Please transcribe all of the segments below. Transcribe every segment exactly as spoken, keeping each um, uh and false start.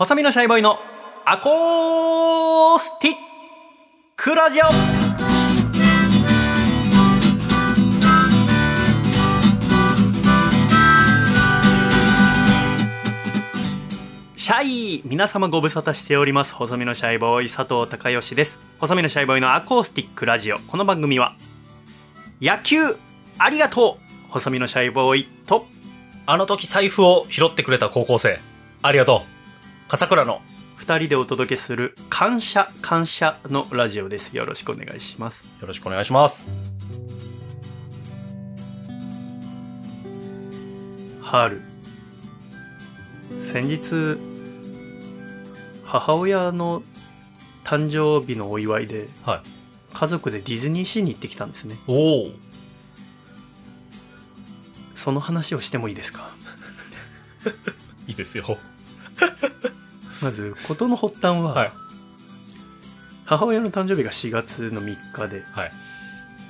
細身のシャイボーイのアコースティックラジオ。シャイ、皆様ご無沙汰しております。細身のシャイボーイ佐藤孝義です。細身のシャイボーイのアコースティックラジオ。この番組は野球ありがとう細身のシャイボーイと、 あの時財布を拾ってくれた高校生ありがとう笠倉のふたりでお届けする感謝感謝のラジオです。よろしくお願いします。 よろしくお願いします。 春、先日母親の誕生日のお祝いで、 はい、 家族でディズニーシーに行ってきたんですね。 おお、 その話をしてもいいですか？ いいですよ。 まず事の発端は、はい、母親の誕生日がしがつのみっかで、 はい、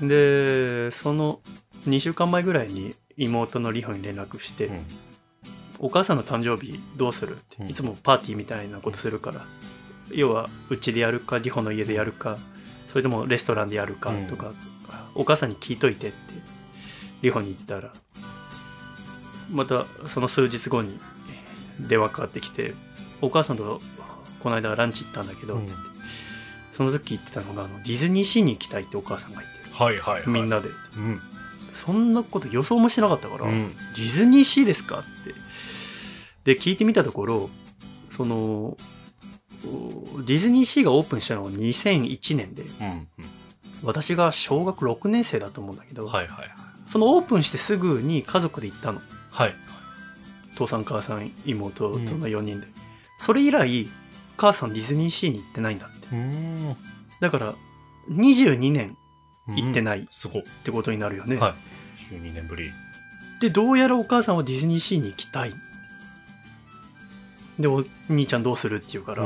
でそのにしゅうかんまえぐらいに妹のリホに連絡して、うん、お母さんの誕生日どうするって、うん、いつもパーティーみたいなことするから、うん、要はうちでやるかリホの家でやるかそれともレストランでやるかとか、うん、お母さんに聞いといてってリホに言ったら、またその数日後に電話かかってきて、お母さんとこの間ランチ行ったんだけど、うん、つってその時言ってたのがあのディズニーシーに行きたいってお母さんが言ってる、 はいはいはい、 みんなで、 うん、 そんなこと予想もしてなかったから、うん、ディズニーシーですかってで聞いてみたところ、そのディズニーシーがオープンしたのはにせんいちねんで、うんうん、私が小学ろくねん生だと思うんだけど、はいはいはい、そのオープンしてすぐに家族で行ったの、はい、父さん母さん妹とのよにんで、うん、それ以来母さんディズニーシーに行ってないんだって。うーん、だからにじゅうにねん行ってない、うん、すごってことになるよね、 はい、じゅうにねんぶりで、どうやらお母さんはディズニーシーに行きたいで、お兄ちゃんどうするって言うから、うん、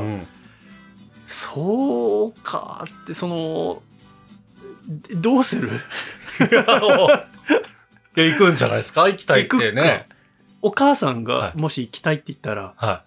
そうかって、そのどうするいや行くんじゃないですか、行きたいってね。 お母さんがもし行きたいって言ったら、 はい、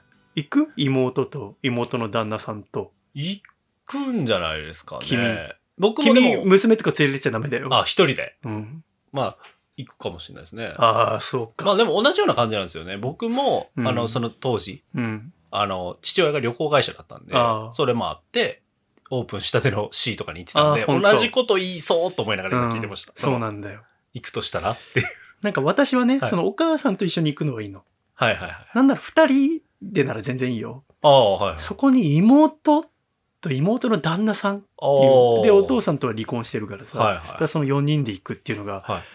行く？妹と妹の旦那さんと行くんじゃないですかね。 君、 僕もでも君娘とか連れてっちゃダメだよ。 あ、一人で、 うん、 まあ行くかもしれないですね。 ああ、そうか。 まあでも同じような感じなんですよね。僕も、うん、あのその当時、うん、あの父親が旅行会社だったんで、それもあってオープンしたての C とかに行ってたんで、同じこと言いそうと思いながら今聞いてました。うん、 そうなんだよ。 行くとしたらっていう。 なんか私はね、はい、そのお母さんと一緒に行くのはいいの。はいはいはい。なんなら二人でなら全然いいよ。ああ、はい、はい。そこに妹と妹の旦那さんっていう。で、お父さんとは離婚してるからさ。はいはい、だからそのよにんで行くっていうのが、はい、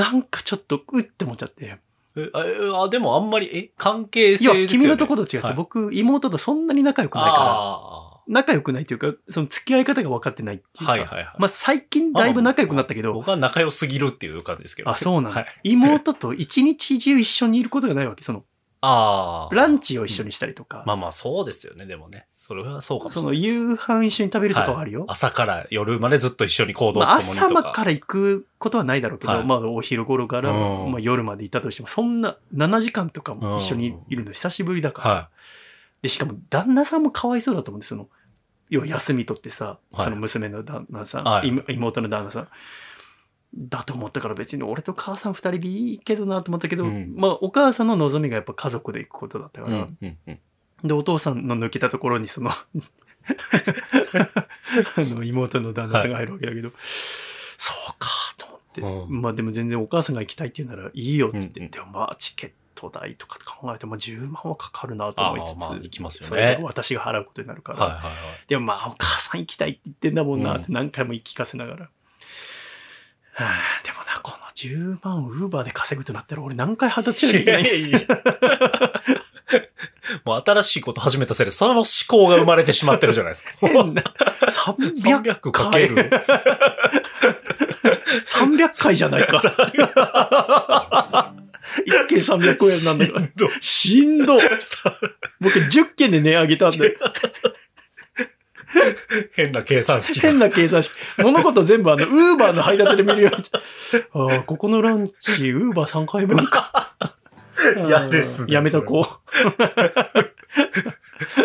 なんかちょっとうって思っちゃって。 えあ、でもあんまり、え、関係性ですよね。 いや、君のところと違って、はい、僕、妹とそんなに仲良くないから。仲良くないというか、その付き合い方が分かってないっていうか。はいはいはい。まあ最近だいぶ仲良くなったけど。 僕は仲良すぎるっていう感じですけど。 あ、そうなんだ。はい、妹と一日中一緒にいることがないわけ。その、ああ。ランチを一緒にしたりとか、 うん。まあまあそうですよね、でもね。それはそうかもしれない。 その夕飯一緒に食べるとかはあるよ。はい、 朝から夜までずっと一緒に行動を共にとか。 まあ朝間から行くことはないだろうけど、はい、まあお昼頃から、まあ、夜までいたとしても、そんなななじかんとかも一緒にいるの久しぶりだから。はい、で、しかも旦那さんもかわいそうだと思うんですよ。要は休み取ってさ、はい、その娘の旦那さん、はい、妹の旦那さんだと思ったから、別に俺と母さん二人でいいけどなと思ったけど、うん、まあお母さんの望みがやっぱ家族で行くことだったから、うんうんうん、でお父さんの抜けたところにそのあの妹の旦那さんが入るわけだけど、はい、そうかと思って、うん、まあでも全然お母さんが行きたいって言うならいいよっつって、うんうん、でもまあチケット代とか考えてもじゅうまんはかかるなと思いつつ、 まあ行きますよね、 それ私が払うことになるから、はいはいはい、でもまあお母さん行きたいって言ってんだもんなって何回も言い聞かせながら、うん、はあ、でもな、このじゅうまんウーバーで稼ぐとなったら俺何回二十歳しなきゃいけない。いやいやもう新しいこと始めたせいでその思考が生まれてしまってるじゃないですか。 変なさんびゃくかけるさんびゃっかいじゃないか。一件さんびゃくえんなんだから。しんど。僕じゅっけんで値上げたんだよ。 変な計算式。 変な計算式。物事全部あの、ウーバーの配達で見るように。ああ、ここのランチ、ウーバーさんかいぶんか。 嫌ですね。 やめとこう。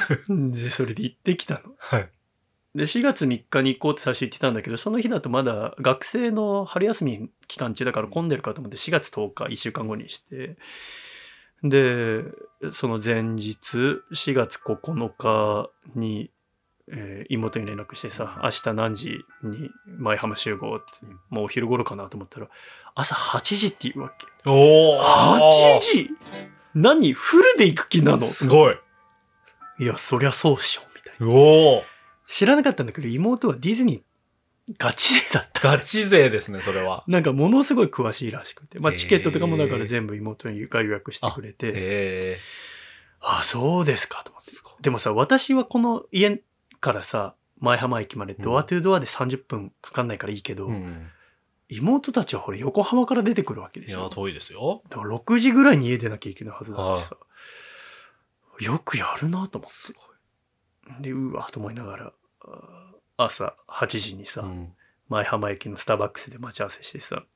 で、それで行ってきたの。 はい。 で、しがつみっかに行こうって最初言ってたんだけど、その日だとまだ学生の春休み期間中だから混んでるかと思ってしがつとおか、いっしゅうかんごにして、で、その前日、しがつここのかに、えー、妹に連絡してさ、明日何時に舞浜集合って、もうお昼頃かなと思ったら、朝はちじって言うわけ。 おーはちじ何フルで行く気なのすごい。 いや、そりゃそうっしょ、みたいな。 おー知らなかったんだけど、妹はディズニーガチ勢だった。 ガチ勢ですね、それは。 なんかものすごい詳しいらしくて。まあチケットとかもだから全部妹にが予約してくれて。 えー、ああ、そうですかと思って。でもさ、私はこの家からさ、舞浜駅までドアトゥドアでさんじゅっぷんかかんないからいいけど、うん、妹たちはほら横浜から出てくるわけでしょ。 いや、遠いですよ。 だからろくじぐらいに家出なきゃいけないはずだしさ。よくやるなと思って。すごい。で、うわと思いながら、朝はちじにさ、うん、舞浜駅のスターバックスで待ち合わせしてさ。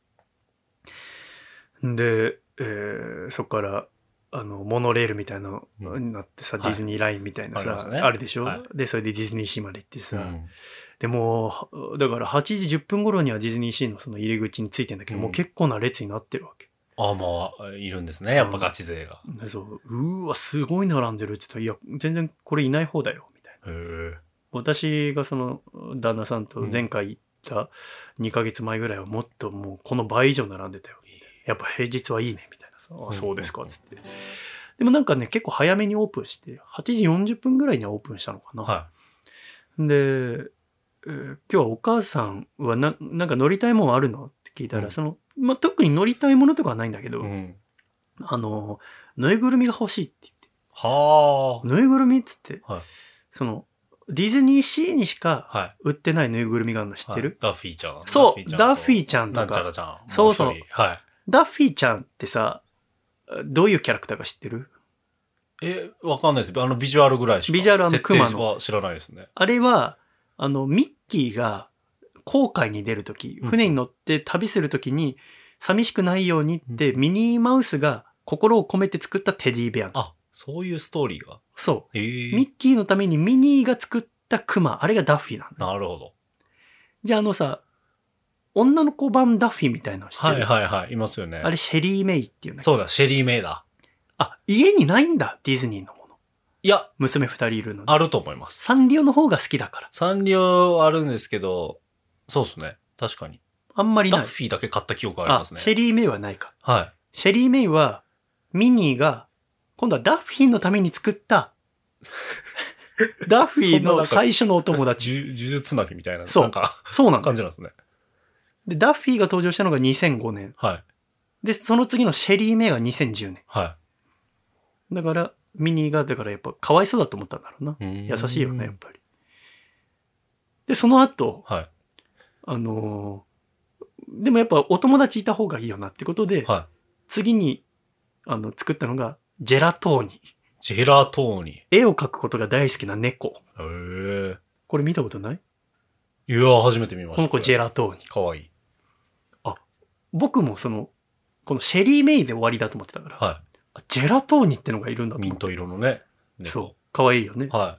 で、えー、そこから、あの、モノレールみたいなのになってさ、うん、ディズニーラインみたいなさ、あ, ね、あるでしょ、はい、で、それでディズニーシーまで行ってさ、うん、でもう、だからはちじじゅっぷん頃にはディズニーシーのその入り口に着いてんだけど、うん、もう結構な列になってるわけ。 ああ、まあ、いるんですね、やっぱガチ勢が。 うん、そう、うーわ、すごい並んでるって言ったら、いや、全然これいない方だよ、みたいな。 へ私がその、旦那さんと前回行ったにかげつまえぐらいはもっともうこの倍以上並んでたよ。やっぱ平日はいいね、みたいなさ。あ、そうですか、つって。でもなんかね、結構早めにオープンして、はちじよんじゅっぷんぐらいにはオープンしたのかな。 はい、 で、えー、今日はお母さんはな、なんか乗りたいもんあるのって聞いたら、うん、その、まあ、特に乗りたいものとかはないんだけど、うん、あの、ぬいぐるみが欲しいって言って。 はあ。 ぬいぐるみっつって、 はい、 その、ディズニーシーにしか売ってないぬいぐるみがあるの知ってる、 はい、ダッフィーちゃん。 そう、ダッフィーちゃんとか。 なんちゃらちゃん。 そうそう。 はい。 ダッフィーちゃんってさ、どういうキャラクターか知ってる？ え、わかんないです。あの、ビジュアルぐらいしか。 ビジュアルあの、クマの。 は知らないですね。 あれは、あの、ミッキーが航海に出るとき、船に乗って旅するときに、寂しくないようにって、うん、ミニーマウスが心を込めて作ったテディベア。 あ、そういうストーリーが。 そう。 へー。 ミッキーのためにミニーが作ったクマ、あれがダッフィーなんだ。 なるほど。 じゃああのさ、女の子版ダッフィーみたいなの知ってる？ はいはいはい、いますよね。 あれシェリーメイっていうんだっけ？ そうだ、シェリーメイだ。 あ、家にないんだ、ディズニーのもの。 いや、 娘二人いるので。 あると思います。 サンリオの方が好きだから。 サンリオあるんですけど、そうですね。確かに。 あんまりない。 ダッフィーだけ買った記憶ありますね。 あ、シェリーメイはないか。 はい。 シェリーメイは、ミニーが、今度はダッフィーのために作った、ダッフィーの最初のお友達。 呪術つなぎみたいな。 そう。 なんかそうなんだ。 感じなんですね。 で、ダッフィーが登場したのがにせんごねん。 はい。 で、その次のシェリーメイがにせんじゅうねん。 はい。 だから、ミニーが、だからやっぱかわいそうだと思ったんだろうな。優しいよね、やっぱり。で、その後、 はい。 あのー、でもやっぱお友達いた方がいいよなってことで、 はい、 次に、あの、作ったのが、ジェラトーニ。 ジェラトーニ。 絵を描くことが大好きな猫。 へー。 これ見たことない？ いやー、初めて見ました。 この子ジェラトーニ。 かわいい。 あ、僕もその、このシェリーメイで終わりだと思ってたから。 はい。 ジェラトーニってのがいるんだと思って。 ミント色のね。 猫。そう。かわいいよね。 はい。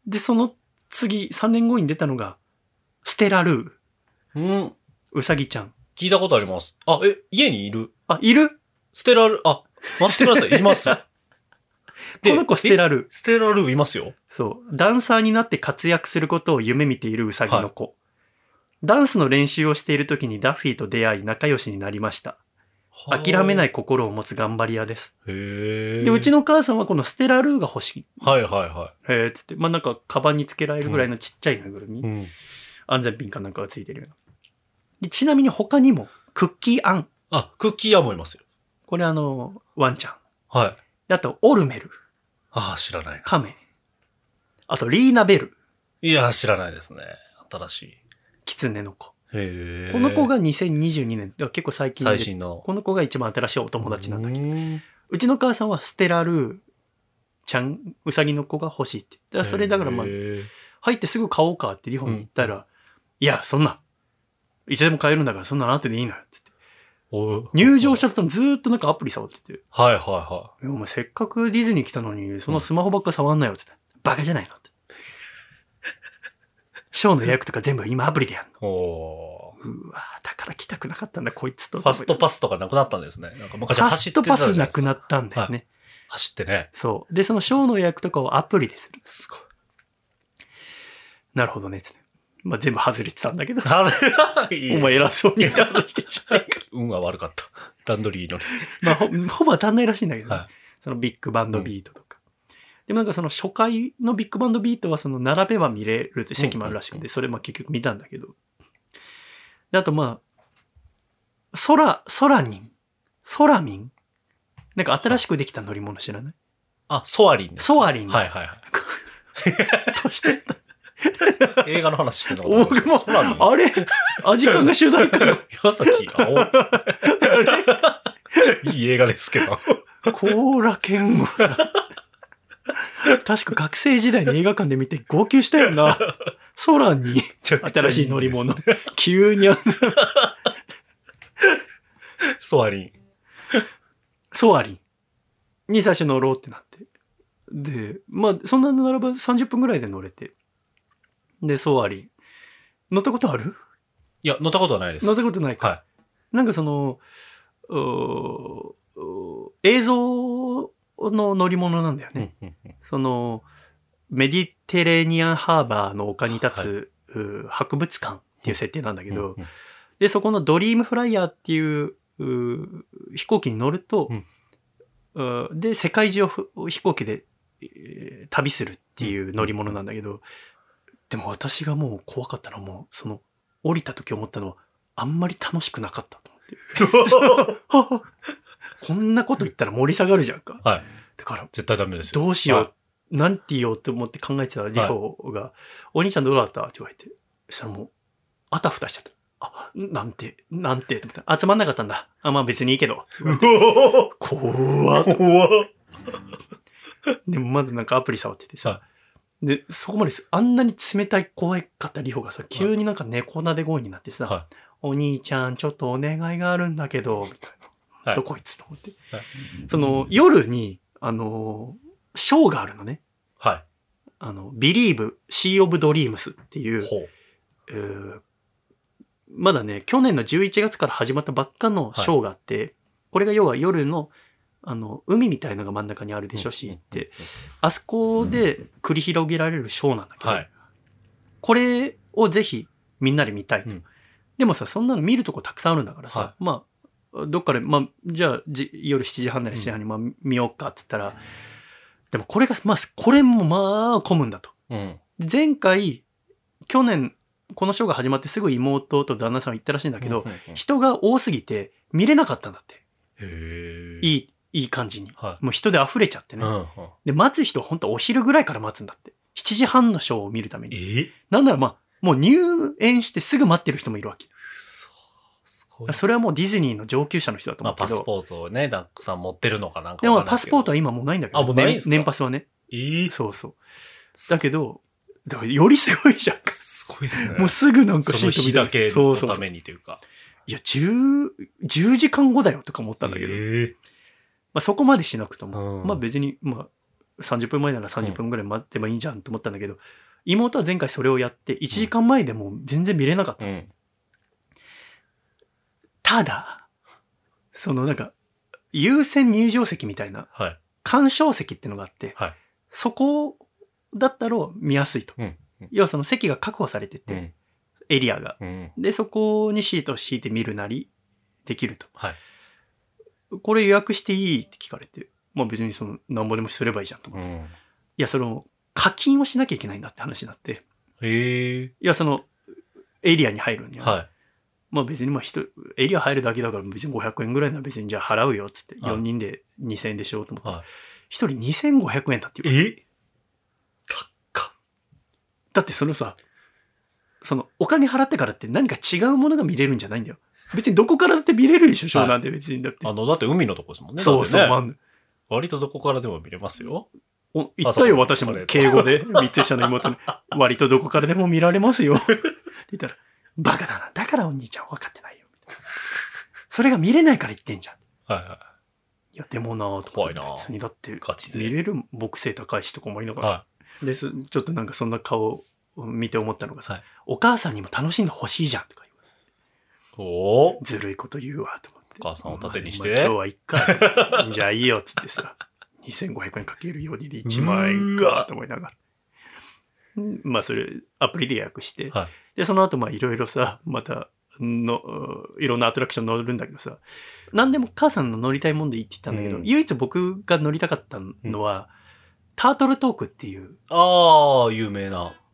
で、その次、さんねんごに出たのが、ステラルー。 うん。 うさぎちゃん。 聞いたことあります。あ、え、家にいる？ あ、いる？ ステラルー、あ、待ってください。います。 この子ステラルー。 ステラルーいますよ。 そう。ダンサーになって活躍することを夢見ているうさぎの子。はい、ダンスの練習をしている時にダッフィーと出会い仲良しになりました。諦めない心を持つ頑張り屋です。 へー。 で、うちの母さんはこのステラルーが欲しい。 はいはいはい。 へーっつって。まあ、なんか、カバンにつけられるぐらいのちっちゃいぬいぐるみ。 うん、 安全ピンかなんかがついてるような。でちなみに他にも、クッキーアン。 あ、クッキーアンもいますよ。 これあの、ワンちゃん。 はい。 であと、オルメル。 ああ、知らない。 カメ。あと、リーナベル。 いや、知らないですね。新しい。 キツネの子。 へー。 この子がにせんにじゅうにねん。結構最近で。 最新の。 この子が一番新しいお友達なんだけど。うちの母さんはステラルーちゃん、うさぎの子が欲しいって言った。それだからまあ、入ってすぐ買おうかってリホに言ったら、うん、いや、そんな、いつでも買えるんだからそんなの後でいいのよって言って。 入場したとずーっとなんかアプリ触ってて。 はいはいはい。 いやお前せっかくディズニー来たのに、そのスマホばっか触んないよって言って、うん、バカじゃないのって。ショーの予約とか全部今アプリでやんの。おうわだから来たくなかったんだ、こいつと。 ファストパスとかなくなったんですね。なんか昔走ってたじゃないですか。ファストパスなくなったんだよね。はい、 走ってね。 そう。で、そのショーの予約とかをアプリでする。 すごい。 なるほどね。まあ、全部外れてたんだけど。お前偉そうに外してんじゃないか。 運は悪かった。段取りいいのに。 まあほ、ほぼ当たんないらしいんだけど、ねはい、そのビッグバンドビートとか。うん、でもなんかその初回のビッグバンドビートはその並べば見れるって席もあるらしくて、それまあ結局見たんだけど。であとまあ、ソラ、ソラニン、ソラミンなんか新しくできた乗り物知らない？ あ、ソアリンです。 ソアリン。 はいはいはい。 としてた。 映画の話してんのかと思って。僕も、あれアジカンが主題歌の。 岩崎青。いい映画ですけど。 コーラ健吾。確か学生時代に映画館で見て号泣したよな。空に新しい乗り物。急にあんな。 ソアリン。 ソアリンに最初乗ろうってなって。で、まあ、そんなのならばさんじゅっぷんぐらいで乗れて。で、ソアリン。乗ったことある？ いや、乗ったことはないです。 乗ったことないか。はい、なんかその、映像の乗り物なんだよね。その、メディテレーニアンハーバーの丘に立つ、はい、博物館っていう設定なんだけど、で、そこのドリームフライヤーっていう飛行機に乗ると、うん、で、世界中を飛行機で、えー、旅するっていう乗り物なんだけど、でも私がもう怖かったのはもう、その、降りた時思ったのは、あんまり楽しくなかったと思って。こんなこと言ったら盛り下がるじゃんか。 はい。 だから、 絶対ダメですよ。 どうしよう、 はい、 なんて言おうって思って考えてたら、リホが、はい、お兄ちゃんどうだったって言われて、そしたらもう、あたふたしちゃった。あ、なんて、なんて、と思った。集まんなかったんだ。あ、まあ別にいいけど。怖っ。怖っ。でもまだなんかアプリ触っててさ、はい、で、そこまであんなに冷たい怖かったリホがさ、急になんか猫なで声になってさ、はい、お兄ちゃんちょっとお願いがあるんだけど、みたいな。はい、どこいつと思って。はい、その、夜に、あの、ショーがあるのね。 はい。 あの、Believe, Sea of Dreams っていう、えー、まだね、去年のじゅういちがつから始まったばっかのショーがあって、はい、これが要は夜の、あの、海みたいのが真ん中にあるでしょ、シーって。あそこで繰り広げられるショーなんだけど、はい、これをぜひみんなで見たいと。うん、でもさ、そんなの見るとこたくさんあるんだからさ、はい、まあ、どっかで、まあ、じゃあじ、夜しちじはんなりしちじはんに、まあ、見ようかっつったら、でもこれが、まあ、これもまあ、混むんだと。うん、前回、去年、このショーが始まってすぐ妹と旦那さん行ったらしいんだけど、うんうんうん、人が多すぎて見れなかったんだって。へー。いい、いい感じに。はい、もう人で溢れちゃってね。うんうん、で、待つ人は本当お昼ぐらいから待つんだって。しちじはんのショーを見るために。えー、なんならまあ、もう入園してすぐ待ってる人もいるわけ。それはもうディズニーの上級者の人だと思うけど。 まあ、パスポートをね、たくさん持ってるのかなんか。 でもパスポートは今もうないんだけど。 あ、もうないんですか？ 年パスはね。 えー、 そうそう。だけど、だからよりすごいじゃん。 すごいですね。 もうすぐなんかシート見ただけのためにというか。 いや、じゅう、じゅうじかんごだよとか思ったんだけど。えー、まあそこまでしなくとも。うん、まあ別に、まあさんじゅっぷんまえならさんじゅっぷんぐらい待ってばいいんじゃんと思ったんだけど、うん、妹は前回それをやっていちじかんまえでもう全然見れなかった。うん、ただ、そのなんか、優先入場席みたいな、鑑賞席ってのがあって、はい、そこだったら見やすいと。うん、要はその席が確保されてて、うん、エリアが、うん。で、そこにシートを敷いて見るなりできると。はい、これ予約していいって聞かれて、まあ別にその、なんぼでもすればいいじゃんと思って。うん、いや、その、課金をしなきゃいけないんだって話になって。へー。いや、その、エリアに入るには、ね。はい、まあ別にまあ人、エリア入るだけだから別にごひゃくえんぐらいなら別にじゃあ払うよっつって、よにんでにせんえんでしょうと思って。はい、ひとりにせんごひゃくえんだって言う。 え高っ。 だってそのさ、そのお金払ってからって何か違うものが見れるんじゃないんだよ。別にどこからだって見れるでしょ、ショーなんで別にだって。 あの、だって海のとこですもんね。 そうそう、 ね、まあ、割とどこからでも見れますよ。 お言ったよ、私も。敬語で、三つ下の妹に。割とどこからでも見られますよ。って言ったら、バカだな。だからお兄ちゃん分かってないよ。 それが見れないから言ってんじゃん。 はいはい。 いや、でもなぁと怖いな別にだって、 ガチで見れる木星高いしとか思いながら。 はい。 です。ちょっとなんかそんな顔を見て思ったのがさ、 はい、 お母さんにも楽しんでほしいじゃんとか言う。おずるいこと言うわと思って。 お母さんを盾にして。 まあまあ、今日はいっか。じゃあいいよっつってさ、にせんごひゃくえんかけるよにでいちまんえんかと思いながら。まあそれアプリで予約して、 はい、 でその後まあいろいろさまたのいろんなアトラクション乗るんだけどさ、何でも母さんの乗りたいもんでいいって言ったんだけど、うん、唯一僕が乗りたかったのは、うん、タートルトークっていうああ有名な、はい、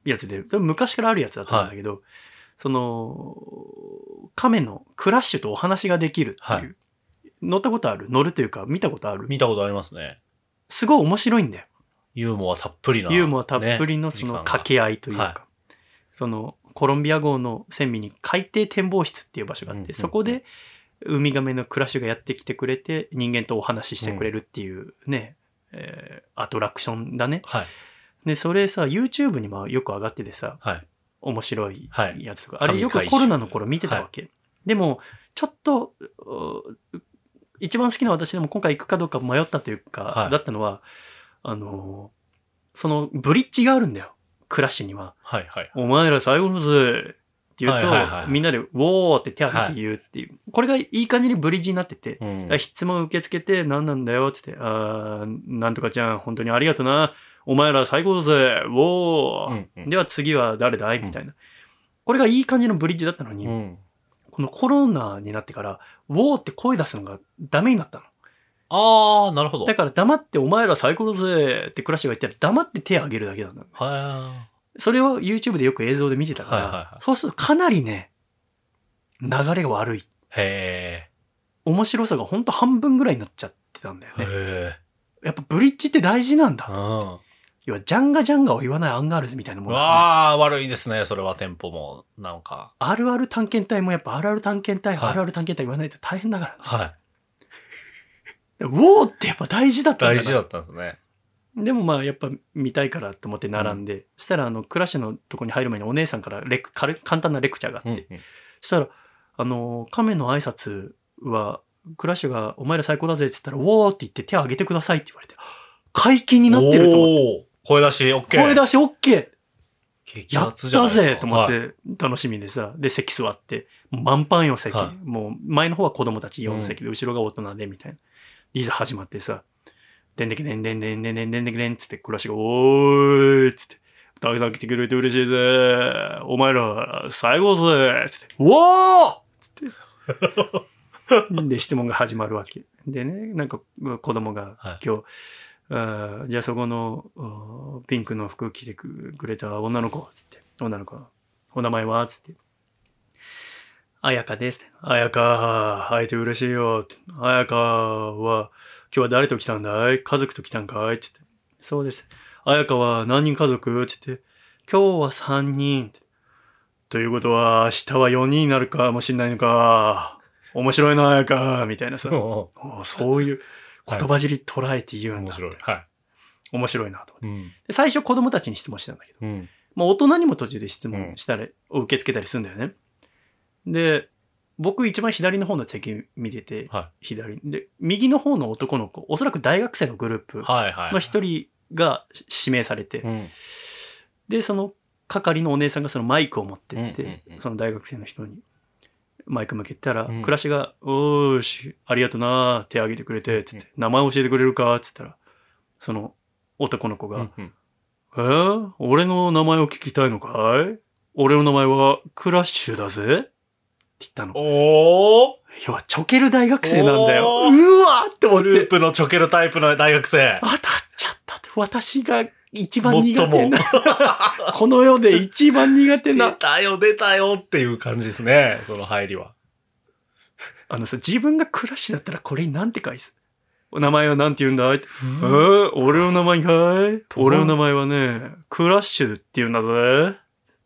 やつで昔からあるやつだったんだけど、はい、その亀のクラッシュとお話ができるっていう、はい、乗ったことある乗るというか見たことある見たことありますね。 すごい面白いんだよ。 ユーモアたっぷりな。 ユーモアたっぷりのその掛け合いというか、はい、そのコロンビア号の船尾に海底展望室っていう場所があって、うんうんうん、そこでウミガメのクラッシュがやってきてくれて人間とお話ししてくれるっていうね、うんえー、アトラクションだね、 はい、 でそれさ YouTube にもよく上がっててさ、 はい、 面白いやつとか、 はい、 あれよくコロナの頃見てたわけ、はい、でもちょっと一番好きな私でも今回行くかどうか迷ったというか、はい、だったのはあのそのブリッジがあるんだよクラッシュには、 はいはい、 お前ら最後のぜって言うと、はいはいはい、みんなでウォーって手を挙げて言うっていう、はい、これがいい感じにブリッジになってて、うん、質問受け付けて何なんだよって言って、あーなんとかちゃん本当にありがとな、お前ら最後だぜウォー、うんうん、では次は誰だいみたいな、うん、これがいい感じのブリッジだったのに、うん、このコロナになってからウォーって声出すのがダメになったの。 あー、なるほど。 だから黙ってお前ら最高だぜってクラッシュが言ったら黙って手を挙げるだけなんだ。 はい。 それを YouTube でよく映像で見てたから、はいはいはい、そうするとかなりね、流れが悪い。 へー。面白さがほんと半分ぐらいになっちゃってたんだよね。 へー。 やっぱブリッジって大事なんだと思って。 うん。 要はジャンガジャンガを言わないアンガールズみたいなもの、ね。 ああ、悪いですね。それはテンポも、なんか。 あるある探検隊もやっぱあるある探検隊、はい、あるある探検隊言わないと大変だから、ね。 はい。 ウォーってやっぱ大事だったんだな。 大事だったんですね。 でもまあやっぱ見たいからと思って並んで、うん、そしたらあのクラッシュのとこに入る前にお姉さんからレク簡単なレクチャーがあって、うんうん、そしたらあの亀の挨拶はクラッシュがお前ら最高だぜって言ったらウォーって言って手を挙げてくださいって言われて解禁になってると思って、 声出し OK。 声出し OK。 激アツじゃないですか。やったぜと思って楽しみでさ、はい、で席座って満帆よ席、はい、もう前の方は子供たちよん席で、うん、後ろが大人でみたいな。いざ始まってさ、でんでけでんでんでんでんでんでんでんでんつってクラッシュがおーいっつって、たくさん来てくれて嬉しいぜ、お前ら最後ぜつって、おーつってで質問が始まるわけでね、なんか子供が今日、はい、あじゃあそこのピンクの服着てくれた女の子つって、女の子お名前はつって、あやかです。あやか、会えて嬉しいよ。あやかは、今日は誰と来たんだい？家族と来たんかい？つって。そうです。あやかは何人家族？つって。今日はさんにん。ということは、明日はよにんになるかもしんないのか。面白いな、あやか。みたいなさ。おそういう言葉尻捉えて言うんだ。 はい、面白い。はい。 面白いなと思って、 うん、 で。最初子供たちに質問してたんだけど、うん、もう大人にも途中で質問したり、うん、受け付けたりするんだよね。で、僕一番左の方の席見てて、はい、左で右の方の男の子、おそらく大学生のグループの一人が指名されて、はいはいはい、でその係のお姉さんがそのマイクを持ってって、うんうんうん、その大学生の人にマイク向けたら、うん、クラシがおーしありがとな手挙げてくれてつって、うんうん、名前教えてくれるかっつったらその男の子が、うんうん、えー、俺の名前を聞きたいのかい？俺の名前はクラッシュだぜって言ったの。 おー。 要はチョケル大学生なんだよ。うわって思って。 グループのチョケルタイプの大学生。 当たっちゃったって。私が一番苦手な。この世で一番苦手な。 出たよ出たよっていう感じですね。その入りは。 あのさ、自分がクラッシュだったらこれに何て返す？お名前は何て言うんだい？うん、えー、俺の名前かい？俺の名前はね、クラッシュって言うんだぜ。うわ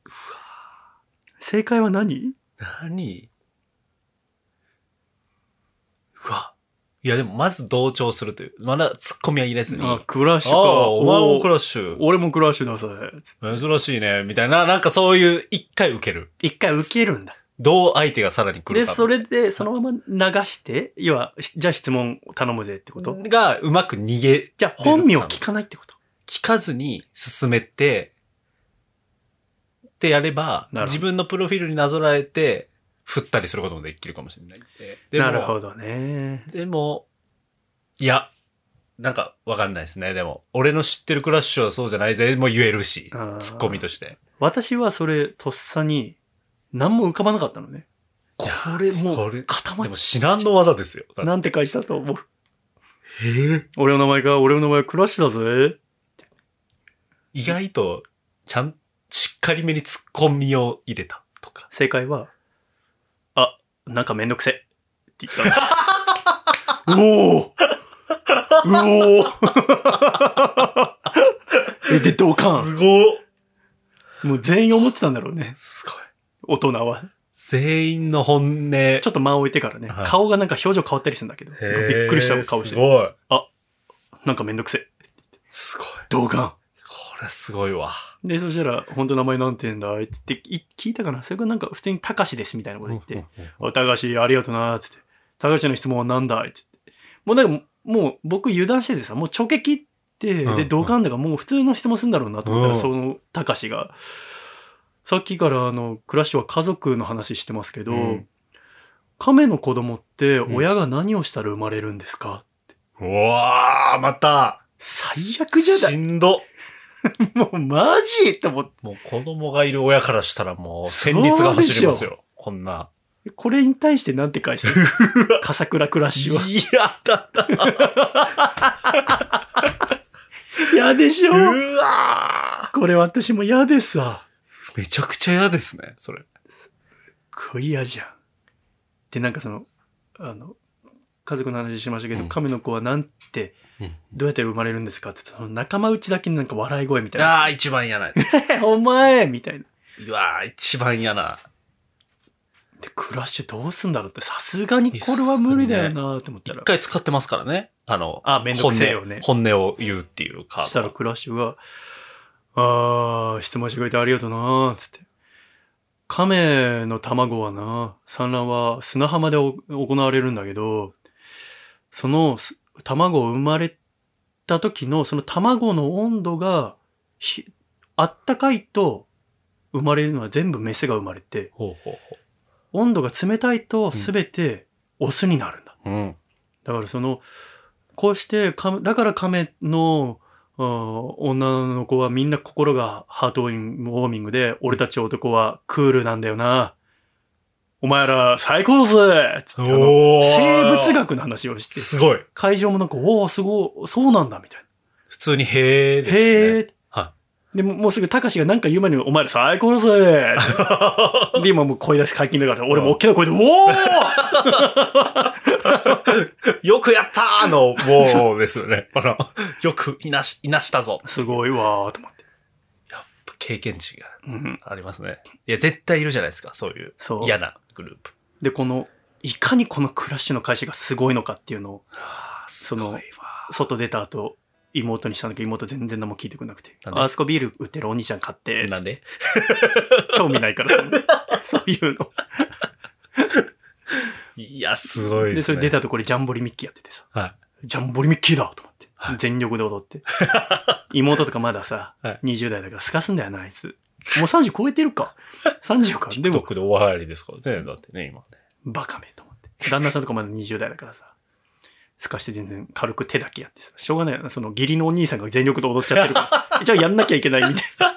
正解は何？ 何？うわ。いやでもまず同調するという。まだツッコミは入れずに。 あ、クラッシュか。 あお前もクラッシュ。 俺もクラッシュだぜ。 珍しいね。みたいな、なんかそういう一回受ける。 一回受けるんだ。 どう相手がさらに来るで、 か。 それでそのまま流して、要は、じゃあ質問頼むぜってことがうまく逃げ。 じゃあ本名聞かないってこと？ 聞かずに進めて、ってやれば、自分のプロフィールになぞらえて、振ったりすることもできるかもしれないんで。でもなるほどね。 でも、いや、なんかわかんないですね。でも、俺の知ってるクラッシュはそうじゃないぜも言えるし、ツッコミとして。 私はそれ、とっさに、何も浮かばなかったのね。これもう、固まっでも至難の技ですよ。 なんて返したと思う。 えー、 俺の名前か、俺の名前クラッシュだぜ。 意外と、ちゃん、しっかりめにツッコミを入れたとか。 正解は、あ、なんかめんどくせって言ったの。うおーうおーで、同感。 すごっ。 もう全員思ってたんだろうね。 すごい。 大人は。 全員の本音。 ちょっと間を置いてからね、はい、顔がなんか表情変わったりするんだけど、びっくりした顔して。 すごい。 あ、なんかめんどくせ。 すごい。 同感。 これすごいわ。 で、そしたら、本当名前なんて言うんだいって聞いたかな。それからなんか普通にたかしですみたいなこと言って、あ、たかしありがとうなーって言って、たかしの質問はなんだいって言って。もうなんか、もう僕油断しててさ、もうちょけ切って、で、同感だからもう普通の質問するんだろうなと思ったら、そのたかしが、さっきからあの、クラッシュは家族の話してますけど、うん、亀の子供って親が何をしたら生まれるんですか、 うん、うわー、また。 最悪じゃない。 しんど。 もうマジと思って。 もう子供がいる親からしたらもう戦慄が走りますよ。こんな。 これに対してなんて返す笠倉クラッシュは。 いやだな。嫌でしょ。 うわこれ私も嫌でさ。 めちゃくちゃ嫌ですね、それ。 すっごい嫌じゃん。で、なんかその、あの、家族の話しましたけど、うん、亀の子はなんて、どうやって生まれるんですかって言ったら、仲間内だけになんか笑い声みたいな。 ああ、一番嫌な。 お前みたいな。 うわー、一番嫌な。 で、クラッシュどうすんだろうって、さすがにこれは無理だよなって思ったら。 一回使ってますからね。あの、 あ、めんどくせえよね。 本音を言うっていうカード。 そしたらクラッシュが、あー、質問してくれてありがとうなつって。亀の卵はな、産卵は砂浜で行われるんだけど、その卵を生まれた時のその卵の温度があったかいと生まれるのは全部メスが生まれて、 ほうほうほう、 温度が冷たいと全てオスになるんだ。 うん、 だからその、こうしてだから亀の女の子はみんな心がハートウォーミングで、俺たち男はクールなんだよな。お前ら最高だぜつって、あの、生物学の話をして。 すごい。 会場もなんか、おー、すごい、そうなんだ、みたいな。 普通にへーですね。 へー。 はい。 でも、もうすぐ高志がなんか言う前に、お前ら最高だぜで、今もう声出し解禁だから、俺も大きな声で、おーよくやったーの、もうですよね。あの、よくいなし、いなしたぞ。 すごいわーと思って。 やっぱ経験値がありますね。うん、いや、絶対いるじゃないですか、そういう嫌なグループ。 で、この、いかにこのクラッシュの返しがすごいのかっていうのを、 その、 外出た後、妹にしたんだけど、妹全然何も聞いてくれなくて。あそこビール売ってるお兄ちゃん買って。 なんで興味ないから、そういうの。 いや、すごいですね。 で、それ出たところジャンボリミッキーやっててさ。 はい。 ジャンボリミッキーだと思って。はい、全力で踊って。妹とかまださ、はい、にじゅう代だからすかすんだよな、あいつ。もうさんじゅう超えてるか。さんじゅうか。 でも。TikTok でお入りですから全然だってね、今ね。 バカめと思って。旦那さんとかまだにじゅう代だからさ。すかして全然軽く手だけやってさ。しょうがないよな。その義理のお兄さんが全力で踊っちゃってるからさ。一応やんなきゃいけないみたいな。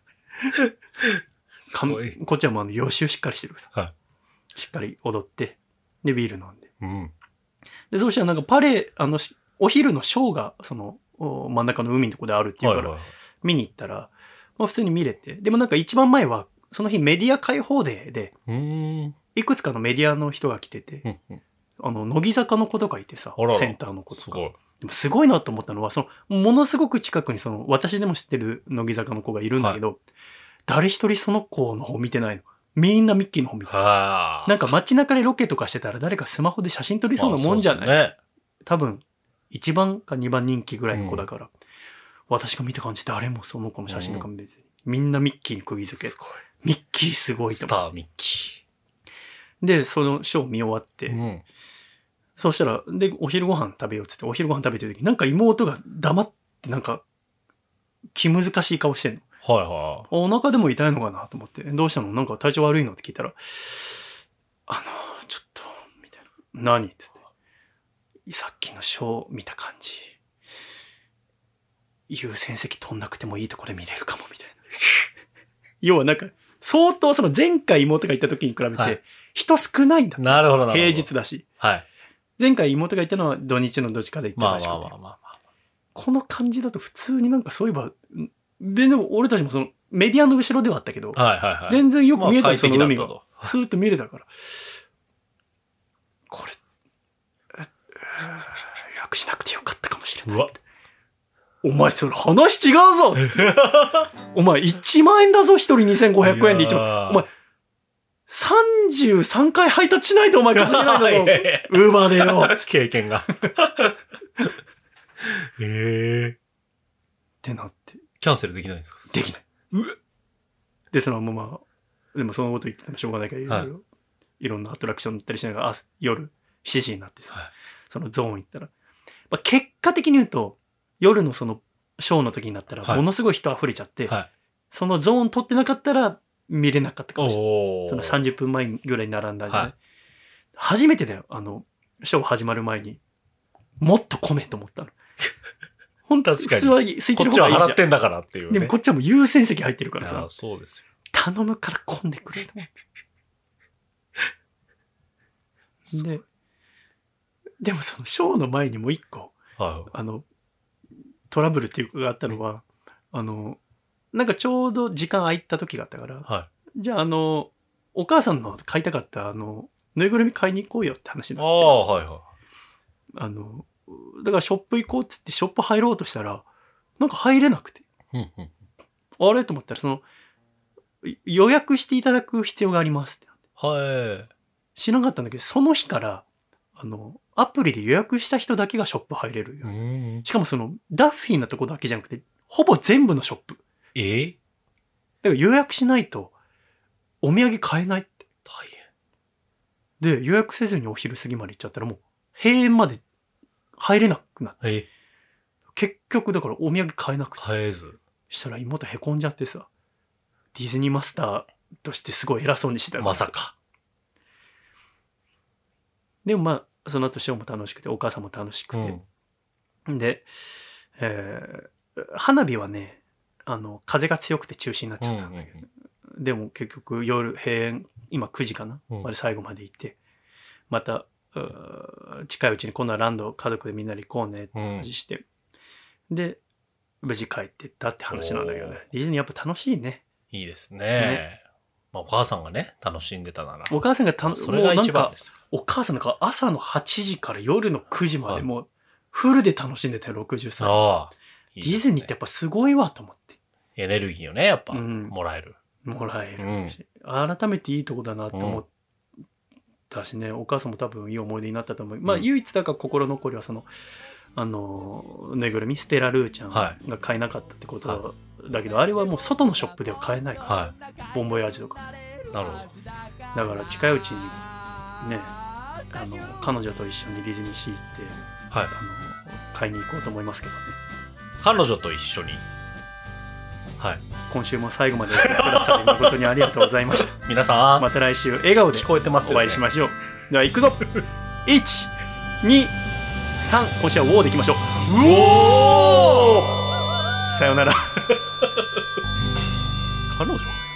こっちはもうあの予習しっかりしてるからさ。はい、しっかり踊って。で、ビール飲んで。 うん、 で、そうしたらなんかパレ、あの、お昼のショーが、その、真ん中の海のとこであるっていうから、見に行ったら、まあ普通に見れて。でもなんか一番前は、その日メディア開放デーで、いくつかのメディアの人が来てて、 うんうん、 あの、乃木坂の子とかいてさ、センターの子とか。 すごい。 でもすごいなと思ったのは、その、ものすごく近くにその、私でも知ってる乃木坂の子がいるんだけど、はい、誰一人その子の方見てないの。みんなミッキーの方見てる。なんか街中でロケとかしてたら誰かスマホで写真撮りそうなもんじゃない、まあね、多分、いちばんかにばん人気ぐらいの子だから、うん、私が見た感じ誰もその子の写真とかも別に、うん、みんなミッキーに釘付け。 すごい。 ミッキーすごいと思う。 スターミッキで、そのショー見終わって、うん、そうしたら、で、お昼ご飯食べようっつって、お昼ご飯食べてる時に、なんか妹が黙って、なんか、気難しい顔してんの。 はいはい。 お腹でも痛いのかなと思って、どうしたの？なんか体調悪いのって聞いたら、あの、ちょっと、みたいな。何？っつって。さっきのショー見た感じ。優先席取んなくてもいいところで見れるかも、みたいな。要はなんか、相当その前回妹が行った時に比べて、人少ないんだ、 はい。なるほどなるほど。 平日だし。 はい。 前回妹が行ったのは土日のどっちかで行ったらしくて。まあまあまあまあまあ。この感じだと普通になんかそういえば、で、でも俺たちもそのメディアの後ろではあったけど、 はいはいはい、 全然よく見えた、まあ、その海が。スーッと見れたから。これ、予約しなくてよかったかもしれない。うわお前それ話違うぞつってお前いちまんえんだぞ一人にせんごひゃくえんでいちまん。お前さんじゅうさんかい配達しないとお前稼げないんだぞ。ウーバーでよ。 経験が。ええー。 ってなって。 キャンセルできないんですか？ できない。うで、そのまま、でもそのこと言っててもしょうがないから、いろいろ、いろんなアトラクション行ったりしながら、朝、夜しちじになってさ、はい、そのゾーン行ったら、まあ、結果的に言うと、夜のそのショーの時になったら、ものすごい人溢れちゃって、はい、そのゾーン取ってなかったら見れなかったかもしれない。そのさんじゅっぷんまえぐらいに並んだんじゃない、はい、初めてだよ、あの、ショー始まる前に、もっと混めと思ったの。本当は普通は空いてる方がいいじゃん。こっちは払ってんだからっていう、ね。 でもこっちはもう優先席入ってるからさ。 そうですよ。 頼むから混んでくれと思って。で、でもそのショーの前にもう一個、はい、あの、トラブルっていうかがあったのは、あの、なんかちょうど時間空いた時があったから、はい、じゃああの、お母さんの買いたかったあの、ぬいぐるみ買いに行こうよって話になって。ああ、はいはい。あの、だからショップ行こうっつってショップ入ろうとしたら、なんか入れなくて。あれと思ったら、その、予約していただく必要がありますって。はい。知らなかったんだけど、その日から、あの、アプリで予約した人だけがショップ入れるよ。しかもその、ダッフィーなとこだけじゃなくて、ほぼ全部のショップ。えー、だから予約しないと、お土産買えないって。大変。で、予約せずにお昼過ぎまで行っちゃったらもう、閉園まで入れなくなって。えー、結局、だからお土産買えなくて。 買えず。 したら妹へこんじゃってさ、ディズニーマスターとしてすごい偉そうにしてた。 まさか。 でもまあ、その後ショーも楽しくて、お母さんも楽しくて。うん、で、えー、花火はね、あの、風が強くて中止になっちゃったんだけど、うんうん、でも結局夜閉園、今くじかな、うん、まで最後まで行って、また、近いうちに今度はランド家族でみんなで行こうねって話して、うん、で、無事帰ってったって話なんだけどね。ディズニーやっぱ楽しいね。 いいですね。ね、まあ、お母さんがね、楽しんでたなら。 お母さんが楽しんでそれが一番ですよ。 お母さんなんか朝のはちじから夜のくじまでもうフルで楽しんでたよ、ろくじゅっさい。ああ、いいですね。ディズニーってやっぱすごいわと思って。 エネルギーをね、やっぱ、もらえる。 うん、もらえるし、うん。改めていいとこだなと思ったしね、お母さんも多分いい思い出になったと思う。うん、まあ唯一だから心残りはその、あの、ぬいぐるみ、ステラ・ルーちゃんが買えなかったってことだ、はい、だけど、あれはもう外のショップでは買えないから、はい、ボンボヤージュとか。 なるほど。 だから近いうちにね、あの彼女と一緒にディズニーシー行って、はい、あの買いに行こうと思いますけどね。 彼女と一緒に。はい。 今週も最後までお聞きください。誠にありがとうございました。 皆さん、 また来週笑顔で聞こえてますよね。 お会いしましょう。では行くぞ。いち、に、さん、今週はウォーでいきましょう。ウォー。さよなら。 彼女。